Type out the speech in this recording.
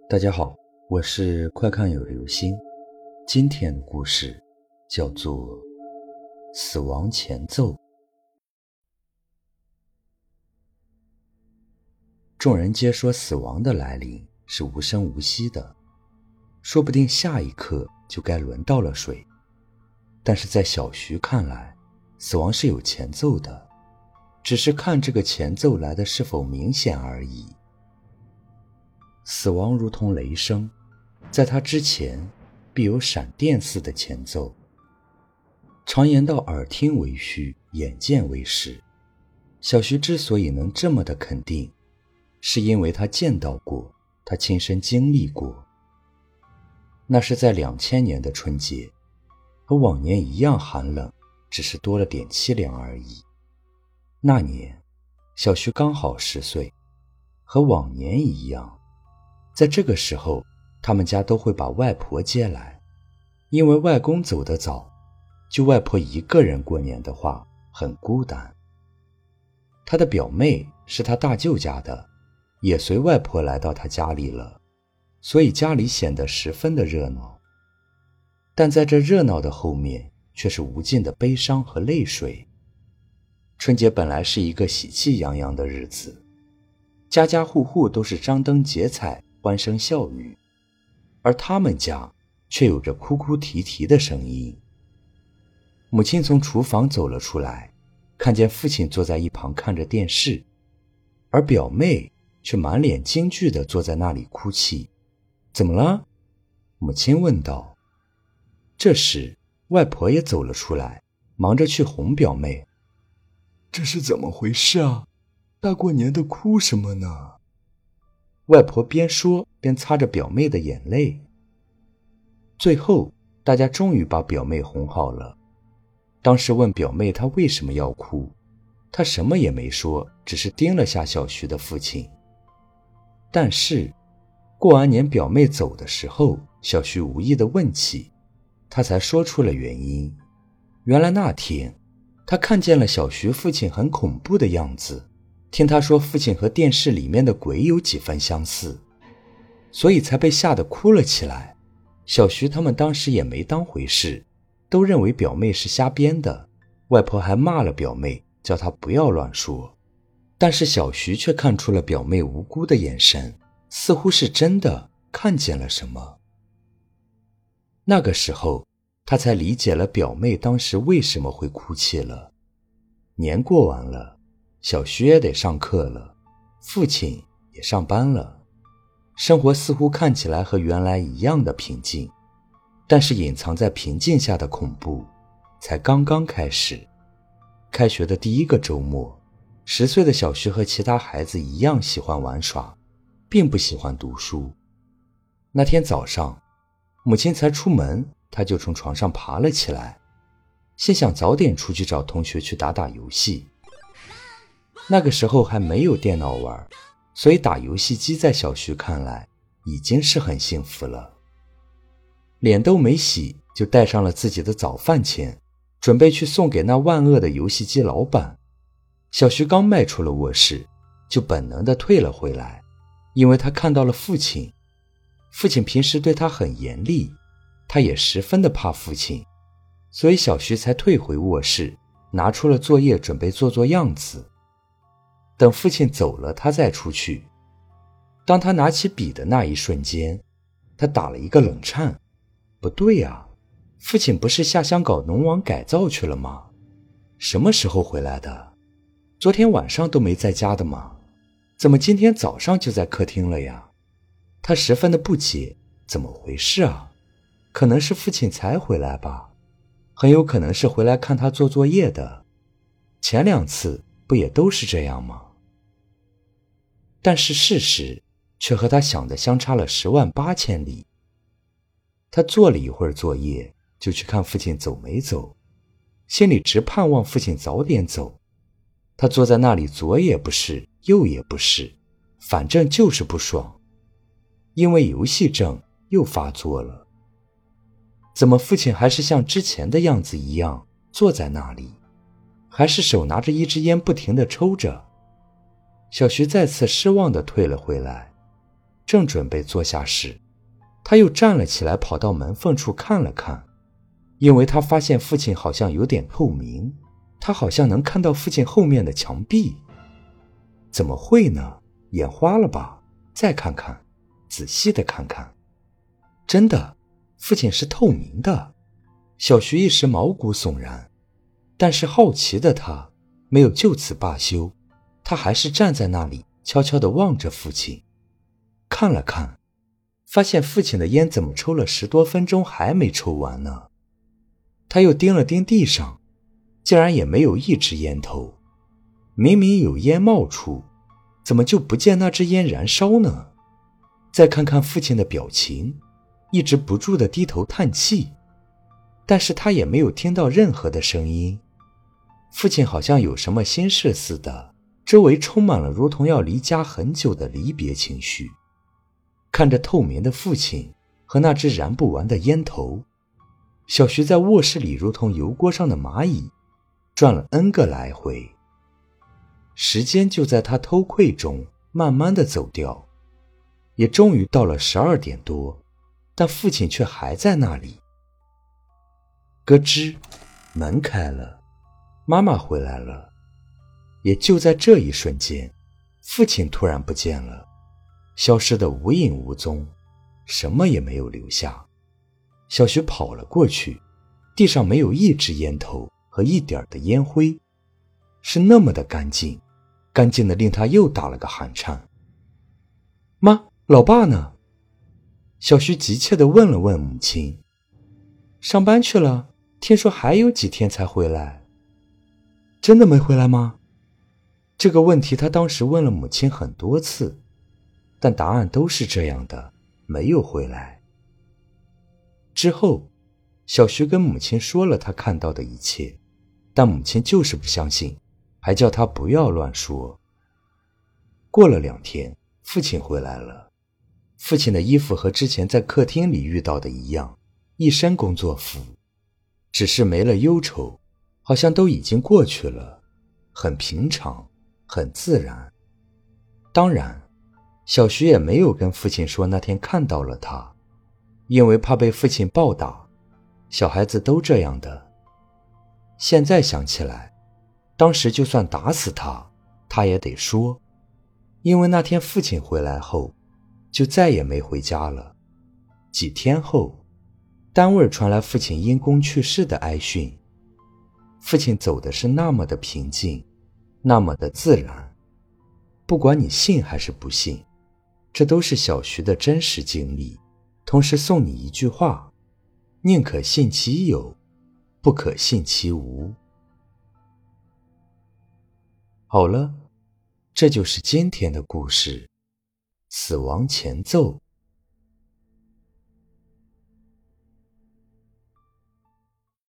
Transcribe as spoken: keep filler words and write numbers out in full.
大家好，我是快看有流星。今天的故事叫做死亡前奏。众人皆说死亡的来临是无声无息的，说不定下一刻就该轮到了谁。但是在小徐看来，死亡是有前奏的，只是看这个前奏来的是否明显而已。死亡如同雷声，在它之前必有闪电似的前奏。常言道耳听为虚，眼见为实。小徐之所以能这么的肯定，是因为他见到过，他亲身经历过。那是在两千年的春节，和往年一样寒冷，只是多了点凄凉而已。那年小徐刚好十岁，和往年一样，在这个时候他们家都会把外婆接来，因为外公走得早，就外婆一个人过年的话很孤单。他的表妹是他大舅家的，也随外婆来到他家里了，所以家里显得十分的热闹。但在这热闹的后面却是无尽的悲伤和泪水。春节本来是一个喜气洋洋的日子，家家户户都是张灯结彩，欢声笑语，而他们家却有着哭哭啼啼的声音。母亲从厨房走了出来，看见父亲坐在一旁看着电视，而表妹却满脸惊惧地坐在那里哭泣。怎么了？母亲问道。这时外婆也走了出来，忙着去哄表妹。 这是怎么回事啊？大过年的哭什么呢？ 外婆边说边擦着表妹的眼泪。最后大家终于把表妹哄好了。当时问表妹她为什么要哭，她什么也没说，只是盯了下小徐的父亲。但是过完年表妹走的时候，小徐无意地问起，他才说出了原因。原来那天他看见了小徐父亲很恐怖的样子，听他说父亲和电视里面的鬼有几分相似，所以才被吓得哭了起来。小徐他们当时也没当回事，都认为表妹是瞎编的，外婆还骂了表妹，叫她不要乱说。但是小徐却看出了表妹无辜的眼神，似乎是真的看见了什么。那个时候他才理解了表妹当时为什么会哭泣了。年过完了，小徐也得上课了，父亲也上班了，生活似乎看起来和原来一样的平静，但是隐藏在平静下的恐怖才刚刚开始。开学的第一个周末，十岁的小徐和其他孩子一样喜欢玩耍，并不喜欢读书。那天早上母亲才出门，他就从床上爬了起来，心想早点出去找同学去打打游戏。那个时候还没有电脑玩，所以打游戏机在小徐看来已经是很幸福了。脸都没洗就带上了自己的早饭钱，准备去送给那万恶的游戏机老板。小徐刚迈出了卧室，就本能地退了回来，因为他看到了父亲。父亲平时对他很严厉，他也十分的怕父亲，所以小徐才退回卧室，拿出了作业准备做做样子。等父亲走了，他再出去。当他拿起笔的那一瞬间，他打了一个冷颤。不对啊，父亲不是下乡搞农网改造去了吗？什么时候回来的？昨天晚上都没在家的吗？怎么今天早上就在客厅了呀？他十分的不解，怎么回事啊？可能是父亲才回来吧，很有可能是回来看他做作业的。前两次不也都是这样吗？但是事实却和他想的相差了十万八千里。他做了一会儿作业，就去看父亲走没走，心里直盼望父亲早点走。他坐在那里左也不是，右也不是，反正就是不爽。因为游戏症又发作了。怎么父亲还是像之前的样子一样坐在那里，还是手拿着一支烟不停地抽着？小徐再次失望地退了回来。 正准备坐下时，他又站了起来，跑到门缝处看了看，因为他发现父亲好像有点透明，他好像能看到父亲后面的墙壁。怎么会呢？眼花了吧？再看看，仔细地看看，真的，父亲是透明的。小徐一时毛骨悚然，但是好奇的他没有就此罢休，他还是站在那里悄悄地望着父亲，看了看，发现父亲的烟怎么抽了十多分钟还没抽完呢？他又盯了盯地上，竟然也没有一支烟头，明明有烟冒出，怎么就不见那支烟燃烧呢？再看看父亲的表情，一直不住地低头叹气，但是他也没有听到任何的声音。父亲好像有什么心事似的，周围充满了如同要离家很久的离别情绪。看着透明的父亲和那只燃不完的烟头，小徐在卧室里如同油锅上的蚂蚁，转了 N 个来回。时间就在他偷窥中慢慢地走掉，也终于到了十二点多，但父亲却还在那里。咯吱，门开了，妈妈回来了。也就在这一瞬间，父亲突然不见了，消失得无影无踪，什么也没有留下。小徐跑了过去，地上没有一支烟头和一点的烟灰，是那么的干净，干净的令他又打了个寒颤。妈，老爸呢？小徐急切地问了问母亲。上班去了，听说还有几天才回来。真的没回来吗？这个问题他当时问了母亲很多次，但答案都是这样的，没有回来。之后，小徐跟母亲说了他看到的一切，但母亲就是不相信，还叫他不要乱说。过了两天，父亲回来了。父亲的衣服和之前在客厅里遇到的一样，一身工作服，只是没了忧愁，好像都已经过去了，很平常，很自然。当然，小徐也没有跟父亲说那天看到了他，因为怕被父亲暴打，小孩子都这样的。现在想起来，当时就算打死他，他也得说，因为那天父亲回来后，就再也没回家了。几天后，单位传来父亲因公去世的哀讯。父亲走的是那么的平静，那么的自然。不管你信还是不信，这都是小徐的真实经历。同时送你一句话：宁可信其有，不可信其无。好了，这就是今天的故事，死亡前奏。